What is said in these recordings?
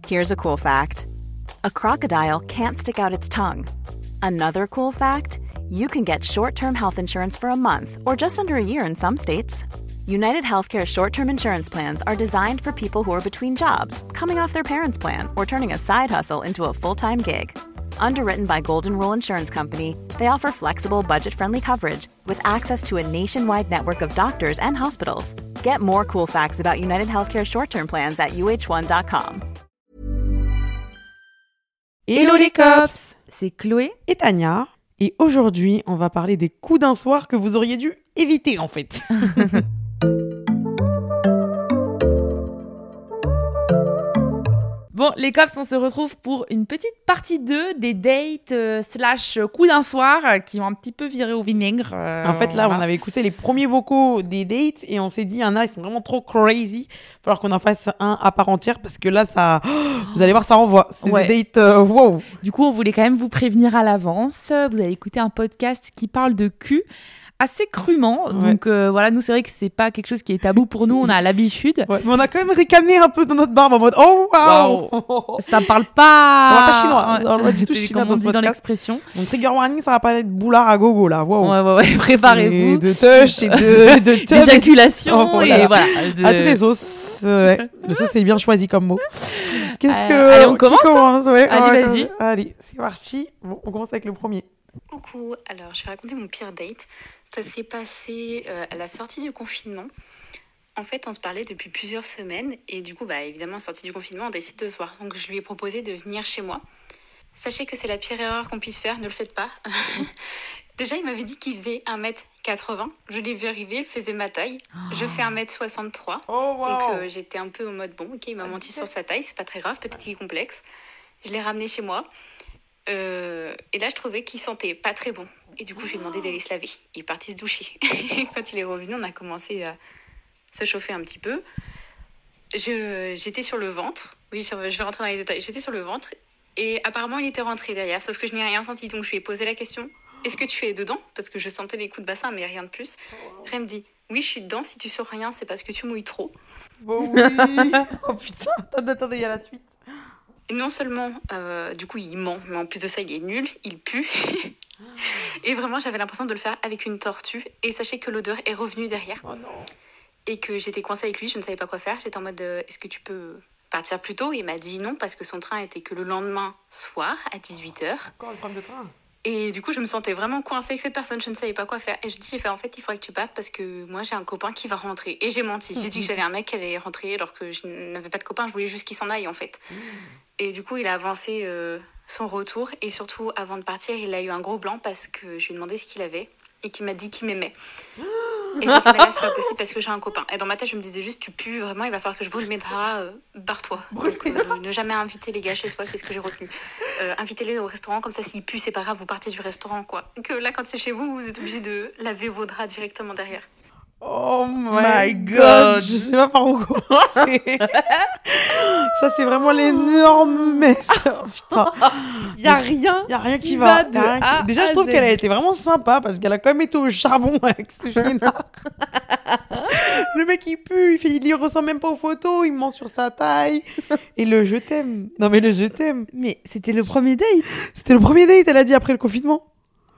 Here's a cool fact. A crocodile can't stick out its tongue. Another cool fact, you can get short-term health insurance for a month or just under a year in some states. United Healthcare short-term insurance plans are designed for people who are between jobs, coming off their parents' plan, or turning a side hustle into a full-time gig. Underwritten by Golden Rule Insurance Company, they offer flexible, budget-friendly coverage with access to a nationwide network of doctors and hospitals. Get more cool facts about United Healthcare short-term plans at uh1.com. Hello les cops, c'est Chloé et Tania, et aujourd'hui on va parler des coups d'un soir que vous auriez dû éviter en fait. Bon, les cops, on se retrouve pour une petite partie 2 des dates / coups d'un soir qui ont un petit peu viré au vinaigre. En fait, là, on avait écouté les premiers vocaux des dates et on s'est dit, il y en a, ils sont vraiment trop crazy. Il va falloir qu'on en fasse un à part entière parce que là, ça, vous allez voir, ça renvoie. C'est des dates, wow. Du coup, on voulait quand même vous prévenir à l'avance. Vous allez écouter un podcast qui parle de cul assez crûment, donc voilà, nous c'est vrai que c'est pas quelque chose qui est tabou pour nous, on a l'habitude. Ouais, mais on a quand même ricané un peu dans notre barbe en mode oh waouh, wow. Ça parle pas. On va pas chinois, on va du tout chinois comme on dit dans l'expression. Donc trigger warning, ça va pas être boulard à gogo là, waouh. Ouais, préparez-vous. Et de touch et de d'éjaculation et voilà. À toutes les sauces, ouais. Le sauce est bien choisi comme mot. Qu'est-ce que allez, on commence ouais, allez, vas-y. Allez, c'est parti. Bon, on commence avec le premier. Coucou, alors je vais raconter mon pire date. Ça s'est passé à la sortie du confinement. En fait, on se parlait depuis plusieurs semaines et du coup, évidemment, sortie du confinement, on décide de se voir. Donc, je lui ai proposé de venir chez moi. Sachez que c'est la pire erreur qu'on puisse faire, ne le faites pas. Déjà, il m'avait dit qu'il faisait 1m80. Je l'ai vu arriver, il faisait ma taille. Je fais 1m63. Oh, wow. Donc, j'étais un peu en mode, bon, ok, il m'a menti sur sa taille, c'est pas très grave, peut-être qu'il est complexe. Je l'ai ramené chez moi. Et là, je trouvais qu'il sentait pas très bon. Et du coup, je lui ai demandé d'aller se laver. Il est parti se doucher. Quand il est revenu, on a commencé à se chauffer un petit peu. J'étais sur le ventre. Oui, je vais rentrer dans les détails. J'étais sur le ventre. Et apparemment, il était rentré derrière. Sauf que je n'ai rien senti. Donc, je lui ai posé la question. Est-ce que tu es dedans ? Parce que je sentais les coups de bassin, mais rien de plus. Après, elle me dit, oui, je suis dedans. Si tu sens rien, c'est parce que tu mouilles trop. Bon, oui. Oh putain, attendez, il y a la suite. Et non seulement, du coup, il ment, mais en plus de ça, il est nul, il pue. Et vraiment, j'avais l'impression de le faire avec une tortue. Et sachez que l'odeur est revenue derrière. Oh non. Et que j'étais coincée avec lui, je ne savais pas quoi faire. J'étais en mode, est-ce que tu peux partir plus tôt ? Et il m'a dit non, parce que son train était que le lendemain soir, à 18h. Encore le problème de train. Et du coup, je me sentais vraiment coincée avec cette personne, je ne savais pas quoi faire. Et je dis, j'ai fait, en fait, il faudrait que tu partes parce que moi, j'ai un copain qui va rentrer. Et j'ai menti. J'ai dit que j'avais un mec qui allait rentrer alors que je n'avais pas de copain. Je voulais juste qu'il s'en aille, en fait. Et du coup, il a avancé son retour. Et surtout, avant de partir, il a eu un gros blanc parce que je lui ai demandé ce qu'il avait et qu'il m'a dit qu'il m'aimait. Et j'ai fait, là, c'est pas possible parce que j'ai un copain. Et dans ma tête, je me disais juste, tu pues vraiment, il va falloir que je brûle mes draps, barre-toi. Donc, ne jamais inviter les gars chez soi, c'est ce que j'ai retenu. Invitez-les au restaurant, comme ça, s'ils puent, c'est pas grave, vous partez du restaurant, quoi. Que là, quand c'est chez vous, vous êtes obligé de laver vos draps directement derrière. Oh my god, je sais pas par où commencer. Ça c'est vraiment l'énorme messe. Oh, putain. Y a rien qui va. Déjà je trouve Z. qu'elle a été vraiment sympa parce qu'elle a quand même été au charbon avec ce chénard. Le mec il pue, il lui ressemble même pas aux photos, il ment sur sa taille. Et le je t'aime. Non mais le je t'aime. Mais c'était le premier date. C'était le premier date, elle a dit après le confinement.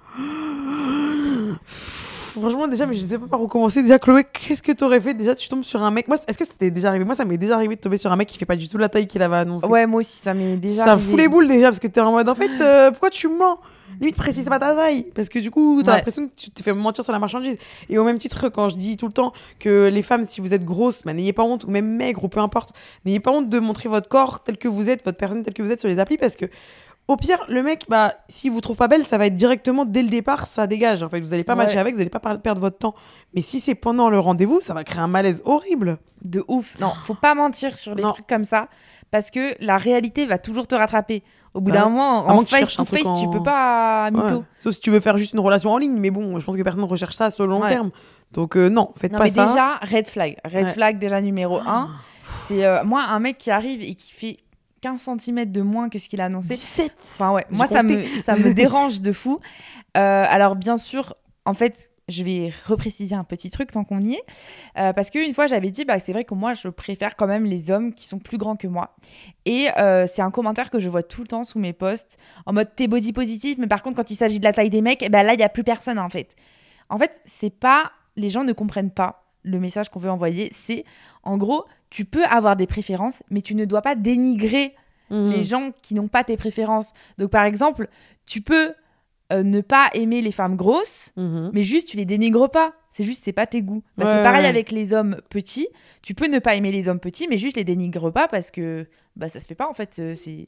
Franchement, déjà, mais je ne sais pas par où commencer. Déjà, Chloé, qu'est-ce que t'aurais fait ? Déjà, tu tombes sur un mec. Moi, est-ce que ça t'est déjà arrivé ? Moi, ça m'est déjà arrivé de tomber sur un mec qui fait pas du tout la taille qu'il avait annoncé. Ouais, moi aussi, ça m'est déjà ça arrivé. Fout les boules déjà, parce que t'es en mode, en fait, pourquoi tu mens ? Limite, précise pas ta taille. Parce que du coup, t'as l'impression que tu te fais mentir sur la marchandise. Et au même titre, quand je dis tout le temps que les femmes, si vous êtes grosses, n'ayez pas honte, ou même maigres, ou peu importe, n'ayez pas honte de montrer votre corps tel que vous êtes, votre personne telle que vous êtes sur les applis, parce que au pire, le mec, s'il vous trouve pas belle, ça va être directement dès le départ, ça dégage. En fait, vous allez pas matcher avec, vous allez pas perdre votre temps. Mais si c'est pendant le rendez-vous, ça va créer un malaise horrible. De ouf. Non, faut pas mentir sur les trucs comme ça, parce que la réalité va toujours te rattraper. Au bout d'un moment, en face-to-face, tu peux pas mytho. Ouais. Sauf si tu veux faire juste une relation en ligne, mais bon, je pense que personne ne recherche ça sur le long terme. Donc non, faites pas ça. Non, mais déjà, red flag. Red flag, déjà numéro 1. C'est moi, un mec qui arrive et qui fait 15 cm de moins que ce qu'il a annoncé. 17. Enfin ouais, moi ça me dérange de fou. Alors bien sûr, en fait, je vais repréciser un petit truc tant qu'on y est. Parce qu'une fois, j'avais dit, c'est vrai que moi, je préfère quand même les hommes qui sont plus grands que moi. Et c'est un commentaire que je vois tout le temps sous mes posts, en mode t'es body positif, mais par contre, quand il s'agit de la taille des mecs, là, il n'y a plus personne en fait. En fait, c'est pas... Les gens ne comprennent pas le message qu'on veut envoyer. C'est, en gros, tu peux avoir des préférences, mais tu ne dois pas dénigrer les gens qui n'ont pas tes préférences. Donc, par exemple, tu peux ne pas aimer les femmes grosses, mais juste, tu les dénigres pas. C'est juste, c'est pas tes goûts. C'est pareil avec les hommes petits. Tu peux ne pas aimer les hommes petits, mais juste les dénigres pas parce que ça se fait pas, en fait.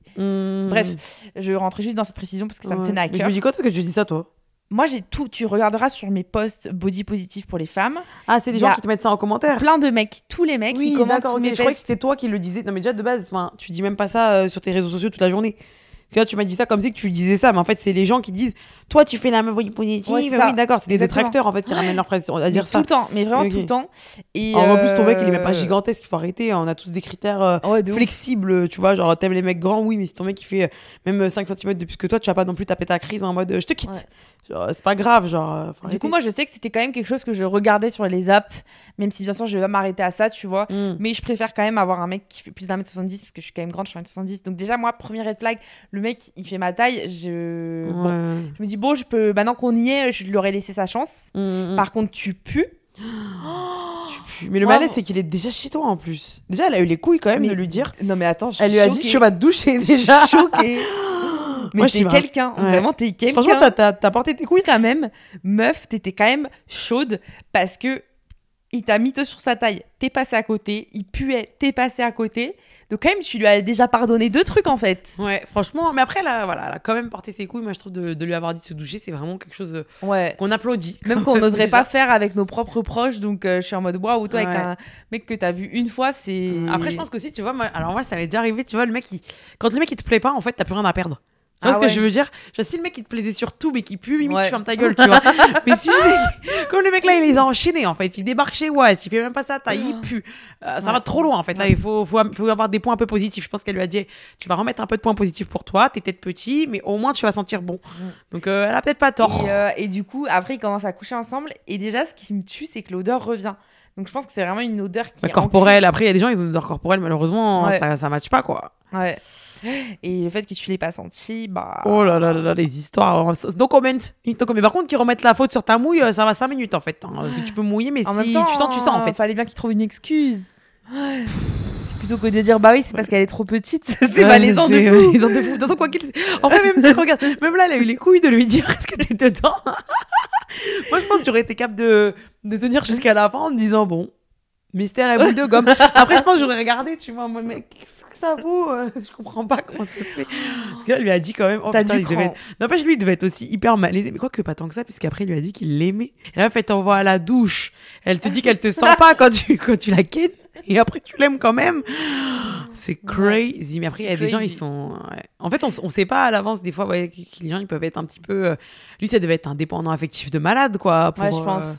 Bref, je rentrais juste dans cette précision parce que ça me tenait à cœur. Mais je me dis quoi, parce que tu dis ça, toi? Moi, j'ai tout. Tu regarderas sur mes posts body positif pour les femmes. Ah, c'est des gens qui te mettent ça en commentaire. Plein de mecs, tous les mecs qui commentent sous mes posts. Je croyais que c'était toi qui le disais. Non, mais déjà de base, tu dis même pas ça sur tes réseaux sociaux toute la journée. Parce que là, tu m'as dit ça comme si que tu disais ça, mais en fait, c'est les gens qui disent toi, tu fais la meuf body positive. Oui, d'accord, c'est des détracteurs en fait qui ramènent leur pression à dire ça. Tout le temps, mais vraiment tout le temps. Et en plus, ton mec, il est même pas gigantesque, il faut arrêter. On a tous des critères flexibles, tu vois. Genre, t'aimes les mecs grands, oui, mais si ton mec il fait même 5 cm de plus que toi, tu vas pas non plus taper ta crise en mode je te quitte. Genre, c'est pas grave, genre. Du coup, moi, je sais que c'était quand même quelque chose que je regardais sur les apps, même si bien sûr, je vais pas m'arrêter à ça, tu vois. Mais je préfère quand même avoir un mec qui fait plus d'1m70 parce que je suis quand même grande, je suis 1m70. Donc, déjà, moi, premier red flag, le mec, il fait ma taille. Je me dis, bon, je peux, maintenant qu'on y est, je lui aurais laissé sa chance. Par contre, tu pues. Mais le malaise, c'est qu'il est déjà chez toi en plus. Déjà, elle a eu les couilles quand même de lui dire. Non, mais attends, elle lui a dit, tu vas te doucher déjà. Je suis choquée. Mais t'es quelqu'un, vraiment t'es quelqu'un. Franchement, t'as porté tes couilles quand même. Meuf, t'étais quand même chaude parce que il t'a mis sur sa taille. T'es passé à côté, il puait, t'es passé à côté. Donc quand même, tu lui as déjà pardonné 2 trucs en fait. Ouais, franchement. Mais après, elle a quand même porté ses couilles. Moi, je trouve de lui avoir dit de se doucher, c'est vraiment quelque chose qu'on applaudit. Même qu'on n'oserait pas faire avec nos propres proches. Donc je suis en mode waouh, toi avec un mec que t'as vu une fois, c'est. Après, je pense que si, tu vois, moi, ça m'est déjà arrivé, tu vois, quand le mec il te plaît pas, en fait, t'as plus rien à perdre. Tu vois ce que je veux dire? Si le mec il te plaisait sur tout mais qui pue, limite tu fermes ta gueule, tu vois. Mais si comme le mec là il les a enchaînés en fait, il débarque chez Watt, il fait même pas sa taille, il pue. Ça va trop loin en fait. Là il faut avoir des points un peu positifs. Je pense qu'elle lui a dit tu vas remettre un peu de points positifs pour toi, t'es peut-être petit mais au moins tu vas sentir bon. Donc elle a peut-être pas tort. Et du coup après ils commencent à coucher ensemble et déjà ce qui me tue c'est que l'odeur revient. Donc je pense que c'est vraiment une odeur qui est corporelle. Après il y a des gens ils ont une odeur corporelle malheureusement ça matche pas quoi. Ouais. Et le fait que tu l'aies pas senti, oh là là là, les histoires. No comment. Mais par contre, qu'ils remettent la faute sur ta mouille, ça va 5 minutes en fait. Parce que tu peux mouiller, mais si tu sens en fait. Fallait bien qu'ils trouvent une excuse. Plutôt que de dire oui, c'est parce qu'elle est trop petite. C'est malaisant de fou. Ils ont des fous. De toute façon, quoi qu'il. En vrai, même si regarde, même là, elle a eu les couilles de lui dire est-ce que t'es dedans. Moi, je pense que j'aurais été capable de tenir jusqu'à la fin en me disant bon. Mystère et boule de gomme. Après, je pense que j'aurais regardé, tu vois, moi, mais qu'est-ce que ça vaut je comprends pas comment ça se fait. Parce qu'elle lui a dit quand même. T'as du cran. N'empêche, lui, il devait être aussi hyper malaisé. Mais quoi que pas tant que ça, puisqu'après, il lui a dit qu'il l'aimait. Et là, elle t'envoie à la douche. Elle te dit qu'elle te sent pas quand tu la ken. Et après, tu l'aimes quand même. C'est crazy. Mais après, il y a des gens, ils sont. En fait, on sait pas à l'avance, des fois, que les gens, ils peuvent être un petit peu. Lui, ça devait être un dépendant affectif de malade, quoi. Ouais, je pense.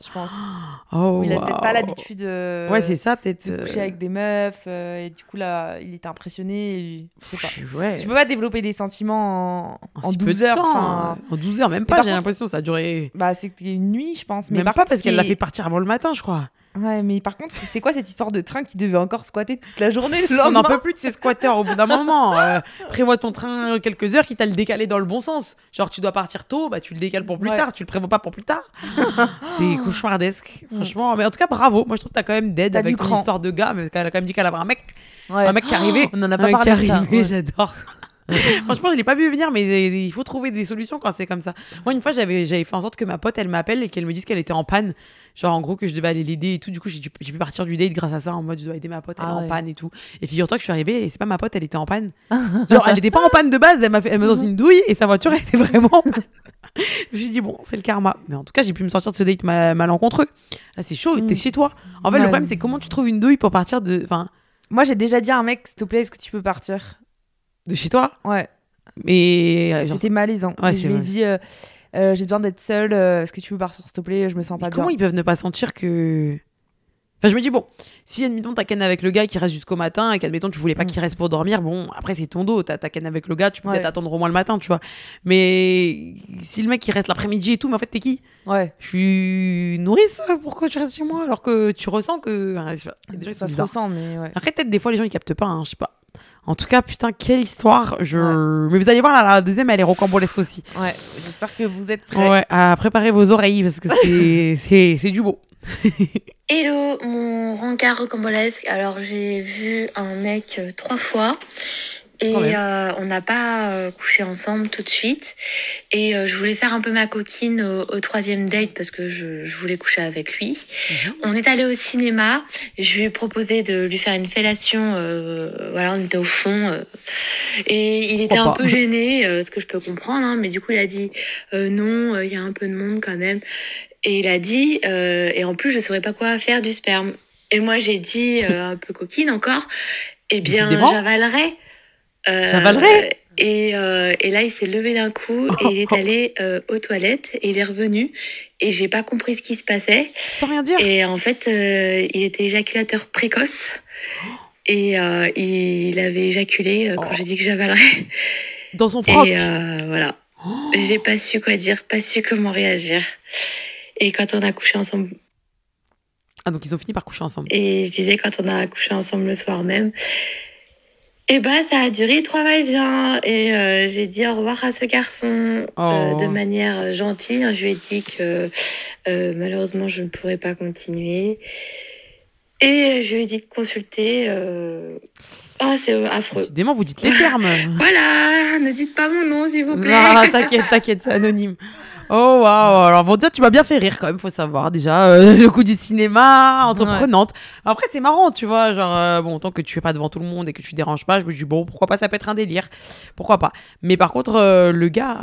Oh, il a peut-être pas l'habitude. Ouais, c'est ça, peut-être. De coucher avec des meufs. Et du coup, là, il était impressionné. Je sais pas. Ouais. Tu peux pas développer des sentiments en 12 heures. En 12 heures, même pas, j'ai l'impression, ça a duré. C'était une nuit, je pense. Mais même pas parce qu'elle l'a fait partir avant le matin, je crois. Ouais, mais par contre, c'est quoi cette histoire de train qui devait encore squatter toute la journée le On n'en peut plus de ces squatteurs au bout d'un moment. Prévois ton train quelques heures, quitte à le décaler dans le bon sens. Genre, tu dois partir tôt, tu le décales pour plus tard, tu le prévois pas pour plus tard. C'est cauchemardesque, franchement. Mais en tout cas, bravo. Moi, je trouve que t'as quand même d'aide avec une histoire de gars, parce qu'elle a quand même dit qu'elle avait un mec. Ouais. Un mec qui est arrivé. On en a pas parlé de ça. J'adore. Franchement, je l'ai pas vu venir, mais il faut trouver des solutions quand c'est comme ça. Moi, une fois, j'avais fait en sorte que ma pote, elle m'appelle et qu'elle me dise qu'elle était en panne. Genre, en gros, que je devais aller l'aider et tout. Du coup, j'ai pu partir du date grâce à ça, en mode je dois aider ma pote, elle est en panne et tout. Et figure-toi que je suis arrivée et c'est pas ma pote, elle était en panne. Genre, elle était pas en panne de base, elle m'a dans une douille et sa voiture, elle était vraiment en panne. Je me suis dit, bon, c'est le karma. Mais en tout cas, j'ai pu me sortir de ce date malencontreux. Là, c'est chaud, t'es chez toi. En fait, le problème, c'est comment tu trouves une douille pour partir de. Moi, j'ai déjà dit à un mec, s'il te plaît, est-ce que tu peux partir de chez toi? Ouais. Mais c'était malaisant. Ouais, je lui ai dit j'ai besoin d'être seule, est-ce que tu veux partir s'il te plaît, je me sens pas bien. Comment ils peuvent ne pas sentir que Enfin, je me dis, bon, si admettons t'as ken avec le gars qui reste jusqu'au matin et qu'admettons tu voulais pas qu'il reste pour dormir, bon, après c'est ton dos, t'as ken avec le gars, tu peux peut-être attendre au moins le matin, tu vois. Mais si le mec il reste l'après-midi et tout, mais en fait t'es qui ? Ouais. Je suis nourrice, pourquoi tu restes chez moi alors que tu ressens que. Déjà, ça se ressent, mais ouais. Après, peut-être des fois les gens ils captent pas, hein, je sais pas. En tout cas, putain, quelle histoire. Mais vous allez voir, la deuxième elle est rocambolesque aussi. Ouais, j'espère que vous êtes prêts. Ouais, à préparer vos oreilles parce que c'est du beau. Hello, mon rencard rocambolesque. Alors, j'ai vu un mec 3 fois et on n'a pas couché ensemble tout de suite. Et je voulais faire un peu ma coquine au 3e date parce que je voulais coucher avec lui. On est allé au cinéma. Je lui ai proposé de lui faire une fellation. Voilà, on était au fond. Et il était un peu gêné, ce que je peux comprendre. Hein, mais du coup, il a dit non, il y a un peu de monde quand même. Et il a dit, et en plus, je ne saurais pas quoi faire du sperme. Et moi, j'ai dit, un peu coquine encore, eh bien, j'avalerais. J'avalerais. Et là, il s'est levé d'un coup et il est allé aux toilettes et il est revenu. Et j'ai pas compris ce qui se passait. Sans rien dire. Et en fait, il était éjaculateur précoce. Et il avait éjaculé quand j'ai dit que j'avalerais. Dans son froc. Et voilà. J'ai pas su quoi dire, pas su comment réagir. Et quand on a couché ensemble... Ah, donc ils ont fini par coucher ensemble. Et je disais, quand on a couché ensemble le soir même, et bah, ça a duré 3 va-et-vient. Et j'ai dit au revoir à ce garçon de manière gentille. Je lui ai dit que malheureusement, je ne pourrais pas continuer. Et je lui ai dit de consulter... Oh, c'est affreux. Décidément, vous dites les termes. Voilà, ne dites pas mon nom, s'il vous plaît. Non, t'inquiète, c'est anonyme. Oh waouh, alors bon, déjà tu m'as bien fait rire quand même, faut savoir déjà le coup du cinéma, entreprenante. Ouais. Après c'est marrant, tu vois, genre bon, tant que tu fais pas devant tout le monde et que tu déranges pas, je me dis bon, pourquoi pas, ça peut être un délire, pourquoi pas. Mais par contre le gars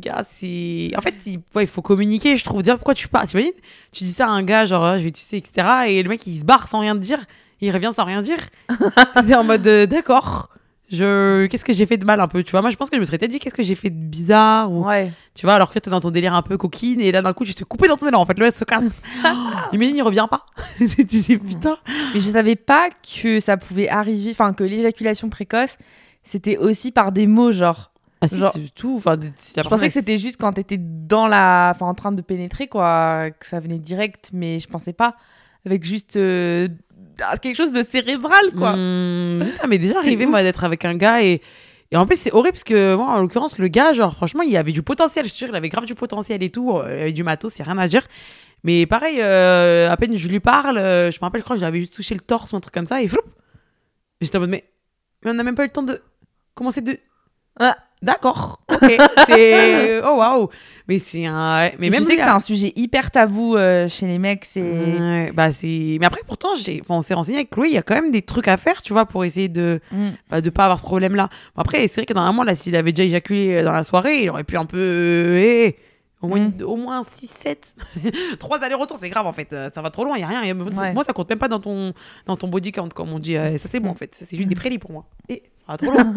c'est, en fait il faut communiquer, je trouve. Dire pourquoi tu pars, t'imagines, tu dis ça à un gars genre je vais tu sais etc. et le mec il se barre sans rien te dire, il revient sans rien dire. C'est en mode d'accord. Qu'est-ce que j'ai fait de mal un peu, tu vois. Moi je pense que je me serais peut-être dit qu'est-ce que j'ai fait de bizarre ou tu vois, alors que t'es dans ton délire un peu coquine et là d'un coup je te coupé dans ton élan en fait, le mec se casse. Imagine il revient pas. Tu dis putain. Mais je savais pas que ça pouvait arriver, enfin que l'éjaculation précoce c'était aussi par des mots genre. Ah si, genre, c'est tout. Enfin, je pensais que c'était juste quand t'étais dans la, enfin en train de pénétrer quoi, que ça venait direct, mais je pensais pas avec juste quelque chose de cérébral quoi. Ça m'est déjà arrivé moi d'être avec un gars et en plus c'est horrible parce que moi en l'occurrence le gars genre franchement il avait du potentiel, je te jure, il avait grave du potentiel et tout, il avait du matos, c'est rien à dire. Mais pareil, à peine je lui parle, je me rappelle, je crois que j'avais juste touché le torse ou un truc comme ça et floup, j'étais en mode mais on n'a même pas eu le temps de commencer de... Ah, d'accord, ok, c'est... Oh waouh. Mais c'est un... Mais même je sais que c'est un sujet hyper tabou chez les mecs, c'est... bah c'est... Mais après pourtant, on s'est renseigné avec Chloé, il y a quand même des trucs à faire, tu vois, pour essayer de de pas avoir ce problème-là. Bon, après, c'est vrai que normalement, là, s'il avait déjà éjaculé dans la soirée, il aurait pu un peu... Au moins 6, 7, 3 allers-retours, c'est grave en fait, ça va trop loin, il y a rien. Moi ça compte même pas dans ton body count comme on dit, ça c'est bon en fait, c'est juste des prélis pour moi. Et ça va trop loin.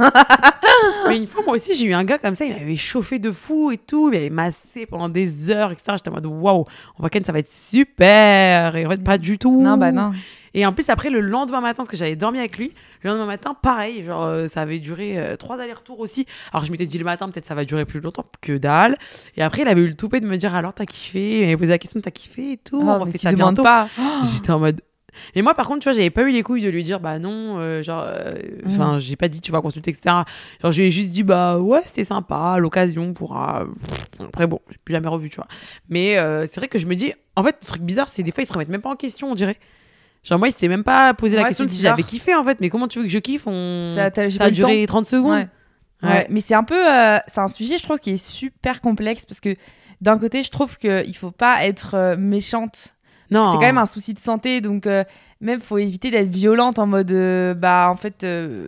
Mais une fois moi aussi j'ai eu un gars comme ça, il m'avait chauffé de fou et tout, il m'avait massé pendant des heures, etc. J'étais en mode waouh, on va ça va être super, et en fait pas du tout. Non bah non. Et en plus, après, le lendemain matin, parce que j'avais dormi avec lui, le lendemain matin, pareil, genre, ça avait duré 3 allers-retours aussi. Alors, je m'étais dit le matin, peut-être ça va durer plus longtemps que dalle. Et après, il avait eu le toupet de me dire, alors, t'as kiffé? Il m'avait posé la question, t'as kiffé et tout? Non, on mais fait tu ça demandes bientôt. pas. J'étais en mode... Mais moi, par contre, tu vois, j'avais pas eu les couilles de lui dire, bah non, enfin, j'ai pas dit, tu vas consulter, etc. Genre, je lui ai juste dit, bah ouais, c'était sympa, l'occasion pourra... Après, bon, j'ai plus jamais revu, tu vois. Mais c'est vrai que je me dis, en fait, le truc bizarre, c'est des fois, ils se remettent même pas en question, on dirait. Genre moi il s'était même pas posé la question de si j'avais kiffé en fait, mais comment tu veux que je kiffe, ça a duré 30 secondes. Ouais. Mais c'est un peu c'est un sujet je trouve qui est super complexe parce que d'un côté je trouve qu'il faut pas être méchante. Non. C'est quand même un souci de santé donc même faut éviter d'être violente en mode bah en fait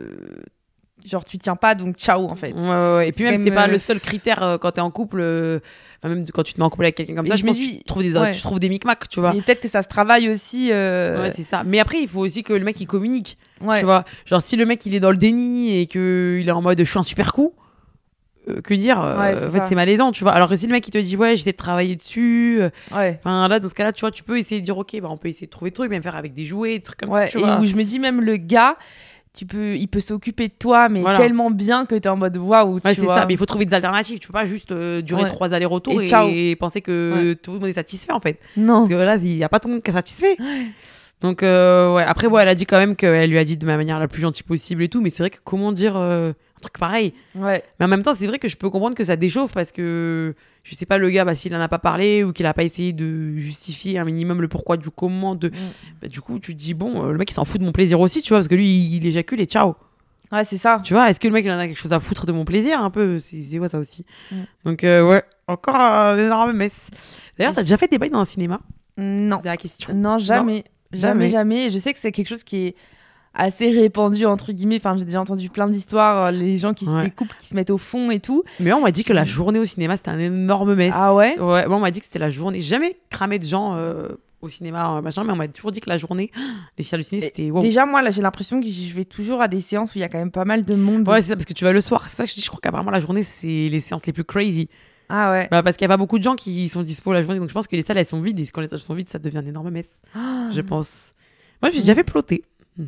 genre tu tiens pas donc ciao en fait. Ouais. Et puis même c'est pas le seul critère quand t'es en couple, même quand tu te mets en couple avec quelqu'un comme ça, je pense que tu trouves des micmacs, tu vois. Et peut-être que ça se travaille aussi. Ouais, c'est ça. Mais après il faut aussi que le mec il communique, tu vois. Genre si le mec il est dans le déni et que il est en mode je suis un super coup, que dire en fait, c'est malaisant, tu vois. Alors que si le mec, il te dit, ouais, j'essaie de travailler dessus, enfin, là, dans ce cas-là, tu vois, tu peux essayer de dire, ok, bah, on peut essayer de trouver des trucs, même faire avec des jouets, des trucs comme ça, tu vois. Et où je me dis, même le gars, il peut s'occuper de toi, mais tellement bien que t'es en mode waouh, tu vois. C'est ça, mais il faut trouver des alternatives. Tu peux pas juste durer 3 allers-retours et penser que tout le monde est satisfait, en fait. Non. Parce que là, il y a pas tout le monde qui est satisfait. Donc, après, elle a dit quand même qu'elle lui a dit de ma manière la plus gentille possible et tout, mais c'est vrai que comment dire un truc pareil. Mais en même temps, c'est vrai que je peux comprendre que ça déchauffe parce que, je sais pas, le gars, s'il en a pas parlé ou qu'il a pas essayé de justifier un minimum le pourquoi du comment, du coup, tu te dis, bon, le mec, il s'en fout de mon plaisir aussi, tu vois, parce que lui, il éjacule et ciao. Ouais, c'est ça. Tu vois, est-ce que le mec, il en a quelque chose à foutre de mon plaisir un peu? C'est quoi ça aussi? Donc, encore un énorme mess. D'ailleurs, t'as déjà fait des bails dans un cinéma? Non. C'est la question. Non, jamais. Jamais. Et je sais que c'est quelque chose qui est assez répandu, entre guillemets. Enfin, j'ai déjà entendu plein d'histoires, les gens qui des couples qui se mettent au fond et tout. Mais on m'a dit que la journée au cinéma, c'était un énorme mess. Ah ouais? Ouais, moi, on m'a dit que c'était la journée. J'ai jamais cramé de gens au cinéma, machin, mais on m'a toujours dit que la journée, les salles de ciné, c'était... Wow. Déjà, moi, là, j'ai l'impression que je vais toujours à des séances où il y a quand même pas mal de monde. Ouais, c'est ça, parce que tu vas le soir. C'est ça que je dis, je crois qu'apparemment, la journée, c'est les séances les plus crazy. Ah ouais. Parce qu'il y a pas beaucoup de gens qui sont dispo la journée, donc je pense que les salles, elles sont vides, et quand les salles sont vides, ça devient un énorme mess. Je pense. Moi, j'ai déjà fait ploter.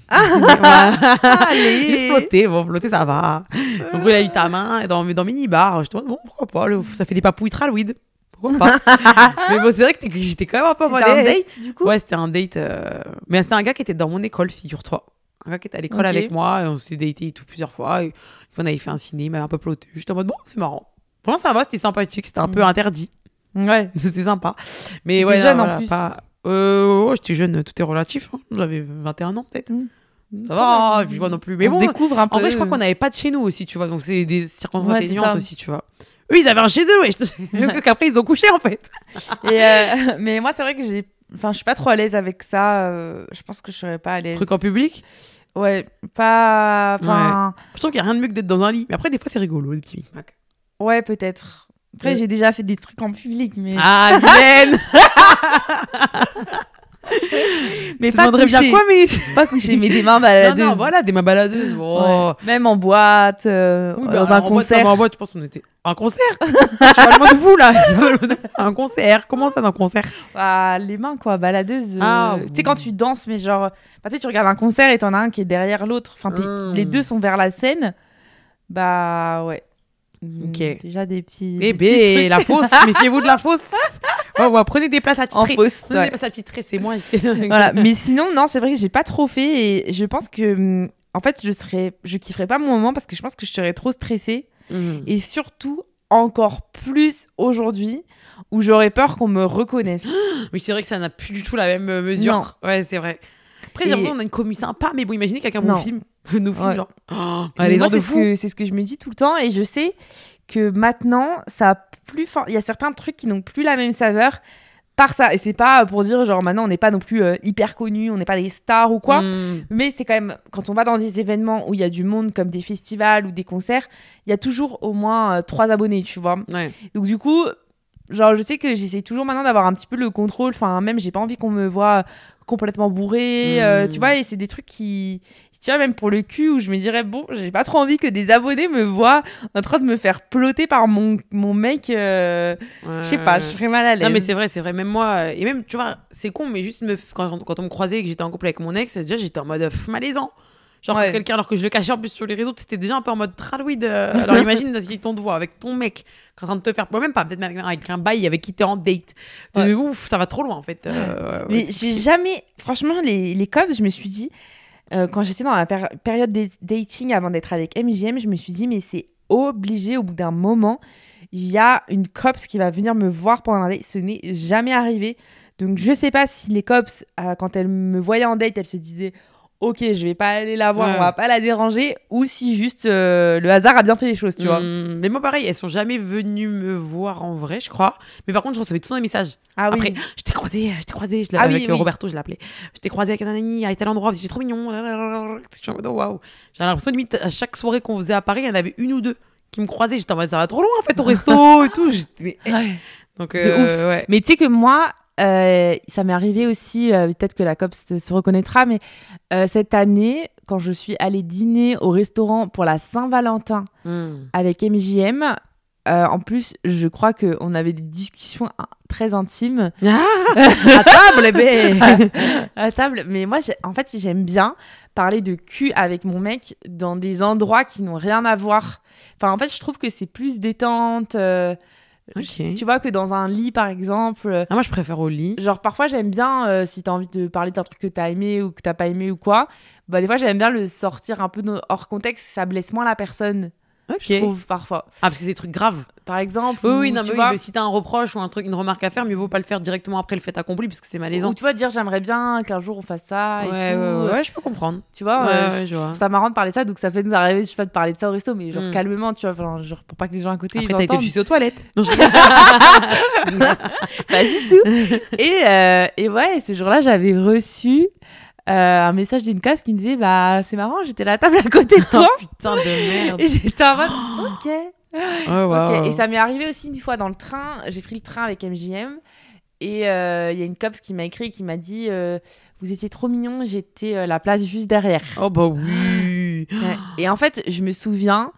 Allez. J'ai flotté, flotter ça va. Donc il a eu sa main dans mini-bar. Je te dis, bon, pourquoi pas, ça fait des papouilles traloïdes. Pourquoi pas. Mais bon, c'est vrai que j'étais quand même un peu modeste. C'était un date, du coup? Ouais, c'était un date. Mais c'était un gars qui était dans mon école, figure-toi. Un gars qui était à l'école avec moi, et on s'est daté tout plusieurs fois. Et on avait fait un ciné, il m'avait un peu ploté. J'étais en mode, bon, c'est marrant. Vraiment, ça va, c'était sympathique, c'était un peu interdit. Ouais. C'était sympa. Mais ouais, jeune en plus. J'étais jeune, tout est relatif. Hein. J'avais 21 ans peut-être. Ça va, je vois non plus. Mais on se découvre un peu. En vrai, je crois qu'on n'avait pas de chez nous aussi, tu vois. Donc c'est des circonstances atténuantes aussi, tu vois. Eux, ils avaient un chez eux, parce qu'après, ils ont couché en fait. Mais moi, c'est vrai que je suis pas trop à l'aise avec ça. Je pense que je serais pas à l'aise. Truc en public? Ouais, pas. Je trouve qu'il y a rien de mieux que d'être dans un lit. Mais après, des fois, c'est rigolo, des petits micmacs. Ouais, peut-être. Après, j'ai déjà fait des trucs en public, mais... Ah, Vilaine. Mais pas coucher. Bien quoi, mais... Pas coucher, mais des mains baladeuses. Non, voilà, des mains baladeuses. Oh. Ouais. Même en boîte, dans un concert. En boîte, je pense qu'on était... Un concert. Tu parles moins de vous, là. Un concert. Comment ça, dans un concert? Les mains, quoi, baladeuses. Tu sais, quand tu danses, mais genre... tu sais, tu regardes un concert et t'en as un qui est derrière l'autre. Enfin, les deux sont vers la scène. Bah, ouais. Ok. Déjà des petits. Eh ben, la fosse, méfiez-vous de la fosse. Prenez des places attitrées. En fosse, prenez des places attitrées, c'est moins. Voilà. Mais sinon, non, c'est vrai que j'ai pas trop fait et je pense que, en fait, je kifferais pas mon moment parce que je pense que je serais trop stressée et surtout encore plus aujourd'hui où j'aurais peur qu'on me reconnaisse. Oui, c'est vrai que ça n'a plus du tout la même mesure. Non. Ouais, c'est vrai. Après, j'ai l'impression qu'on a une commu sympa, mais bon, imaginez quelqu'un nous filme, genre. Moi, c'est ce que je me dis tout le temps, et je sais que maintenant, ça a plus fort. Il y a certains trucs qui n'ont plus la même saveur par ça. Et c'est pas pour dire, genre, maintenant, on n'est pas non plus hyper connus, on n'est pas des stars ou quoi. Mais c'est quand même, quand on va dans des événements où il y a du monde, comme des festivals ou des concerts, il y a toujours au moins 3 abonnés, tu vois. Ouais. Donc, du coup, genre, je sais que j'essaie toujours maintenant d'avoir un petit peu le contrôle. Enfin, même, j'ai pas envie qu'on me voit complètement bourré, tu vois, et c'est des trucs qui, tu vois, même pour le cul, où je me dirais, bon, j'ai pas trop envie que des abonnés me voient en train de me faire ploter par mon mec, je sais pas, je serais mal à l'aise. Non, mais c'est vrai, même moi, et même, tu vois, c'est con, mais juste quand on me croisait et que j'étais en couple avec mon ex, déjà, j'étais en mode malaisant. Genre, quelqu'un, alors que je le cachais en plus sur les réseaux, c'était déjà un peu en mode traloïde. Alors, imagine si on te voit avec ton mec, en train de te faire. Même pas, peut-être même avec un bail avec qui t'es en date. Ouf, ça va trop loin, en fait. Mais j'ai jamais. Franchement, les cops, je me suis dit, quand j'étais dans la période de dating avant d'être avec MJM, je me suis dit, mais c'est obligé, au bout d'un moment, il y a une cops qui va venir me voir pendant un date. Ce n'est jamais arrivé. Donc, je sais pas si les cops, quand elles me voyaient en date, elles se disaient, ok, je vais pas aller la voir, on va pas la déranger, ou si juste le hasard a bien fait les choses, tu vois. Mais moi, pareil, elles sont jamais venues me voir en vrai, je crois. Mais par contre, je recevais tout un message. Ah, après, oui. je t'ai croisé, avec Roberto, je l'appelais. Je t'ai croisé avec un ami à tel endroit, c'était trop mignon. Je suis en mode, waouh. J'ai l'impression, limite, à chaque soirée qu'on faisait à Paris, il y en avait une ou deux qui me croisaient. J'étais en mode, ça va trop loin, en fait, au resto et tout. Donc, ouf. Mais tu sais que moi, ça m'est arrivé aussi, peut-être que la COPS se reconnaîtra, mais cette année, quand je suis allée dîner au restaurant pour la Saint-Valentin avec MJM, en plus, je crois qu'on avait des discussions très intimes. À table, bébé. À table. Mais moi, en fait, j'aime bien parler de cul avec mon mec dans des endroits qui n'ont rien à voir. Enfin, en fait, je trouve que c'est plus détente. Ok. Tu vois, que dans un lit, par exemple. Moi, je préfère au lit. Genre, parfois, j'aime bien, si t'as envie de parler d'un truc que t'as aimé ou que t'as pas aimé ou quoi, bah, des fois, j'aime bien le sortir un peu hors contexte, ça blesse moins la personne. Ok. Je trouve, parfois. Parce que c'est des trucs graves. Par exemple. Oui, non, tu mais vois, mais si t'as un reproche ou un truc, une remarque à faire, mieux vaut pas le faire directement après le fait accompli, parce que c'est malaisant. ou tu vois, dire j'aimerais bien qu'un jour on fasse ça et Ouais, tout. ouais, je peux comprendre. Tu vois, Ouais, je je vois. trouve ça marrant de parler de ça, donc ça fait nous arriver, je sais pas, de parler de ça au resto, mais genre Mm. calmement, tu vois, enfin, genre pour pas que les gens à côté Après, ils t'as été entendent. sucé aux toilettes. Non, je... Pas du tout. Et ouais, ce jour-là, j'avais reçu un message d'une casse qui me disait bah c'est marrant, j'étais à la table à côté de toi. Oh, putain de merde. Et j'étais en mode ok. Oh, wow. Ok. Et ça m'est arrivé aussi une fois dans le train. J'ai pris le train avec MJM et il y a une copse qui m'a écrit et qui m'a dit vous étiez trop mignon, j'étais la place juste derrière. Oh, bah oui. Ouais. Et en fait, je me souviens,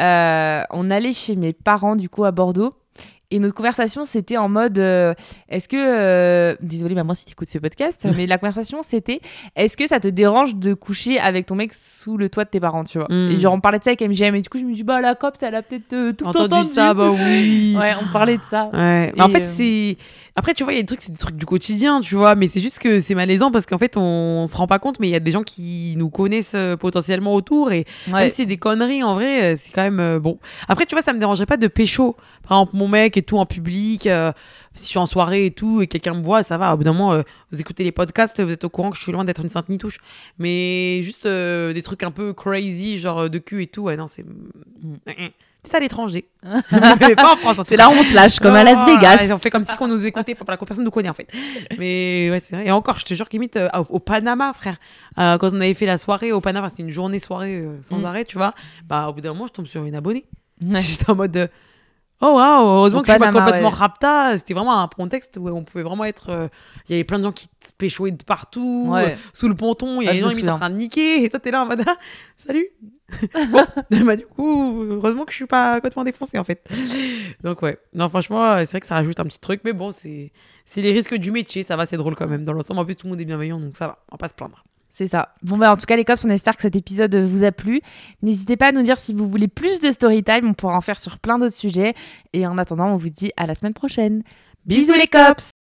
on allait chez mes parents du coup à Bordeaux. Et notre conversation, c'était en mode est-ce que. Désolée, maman, si tu écoutes ce podcast, mais la conversation, c'était est-ce que ça te dérange de coucher avec ton mec sous le toit de tes parents, tu vois. Mm. Et genre, on parlait de ça avec MGM, et du coup, je me dis, bah, la copse, elle a peut-être tout entendu. ça, bah oui. Ouais, on parlait de ça. Ouais. Et En fait, c'est. Après, tu vois, il y a des trucs, c'est des trucs du quotidien, tu vois, mais c'est juste que c'est malaisant parce qu'en fait, on se rend pas compte, mais il y a des gens qui nous connaissent potentiellement autour et Ouais. même si c'est des conneries, en vrai, c'est quand même bon. Après, tu vois, ça me dérangerait pas de pécho. Par exemple, mon mec et tout en public, si je suis en soirée et tout et quelqu'un me voit, ça va. Au bout d'un moment, vous écoutez les podcasts, vous êtes au courant que je suis loin d'être une sainte nitouche. Mais juste des trucs un peu crazy, genre de cul et tout, ouais, non, c'est. C'est à l'étranger. Mais pas en France. En tout C'est cas. là où on se lâche, comme à Las Vegas. On fait comme si on nous écoutait, pas la personne nous connaît en fait. Mais ouais, c'est vrai. Et encore, je te jure qu'imite au Panama, frère, quand on avait fait la soirée au Panama, c'était une journée soirée sans arrêt, tu vois. Bah, au bout d'un moment, je tombe sur une abonnée. Ouais. J'étais en mode oh waouh, heureusement Au que je suis pas Panama, complètement ouais. rapta. C'était vraiment un contexte où on pouvait vraiment être. Il y avait plein de gens qui te péchoaient de partout, Ouais. sous le ponton. Il y Ah, avait je des me gens qui étaient souviens. en train de niquer. Et toi, t'es là en mode ah, salut. Bon, bah du coup, heureusement que je suis pas complètement défoncée en fait. Donc ouais, non franchement, c'est vrai que ça rajoute un petit truc, mais bon, c'est les risques du métier, ça va, c'est drôle quand même. Dans l'ensemble, en plus, tout le monde est bienveillant, donc ça va, on va pas se plaindre. C'est ça. Bon, bah, en tout cas, les cops, on espère que cet épisode vous a plu. N'hésitez pas à nous dire si vous voulez plus de story time. On pourra en faire sur plein d'autres sujets. Et en attendant, on vous dit à la semaine prochaine. Bisous les cops!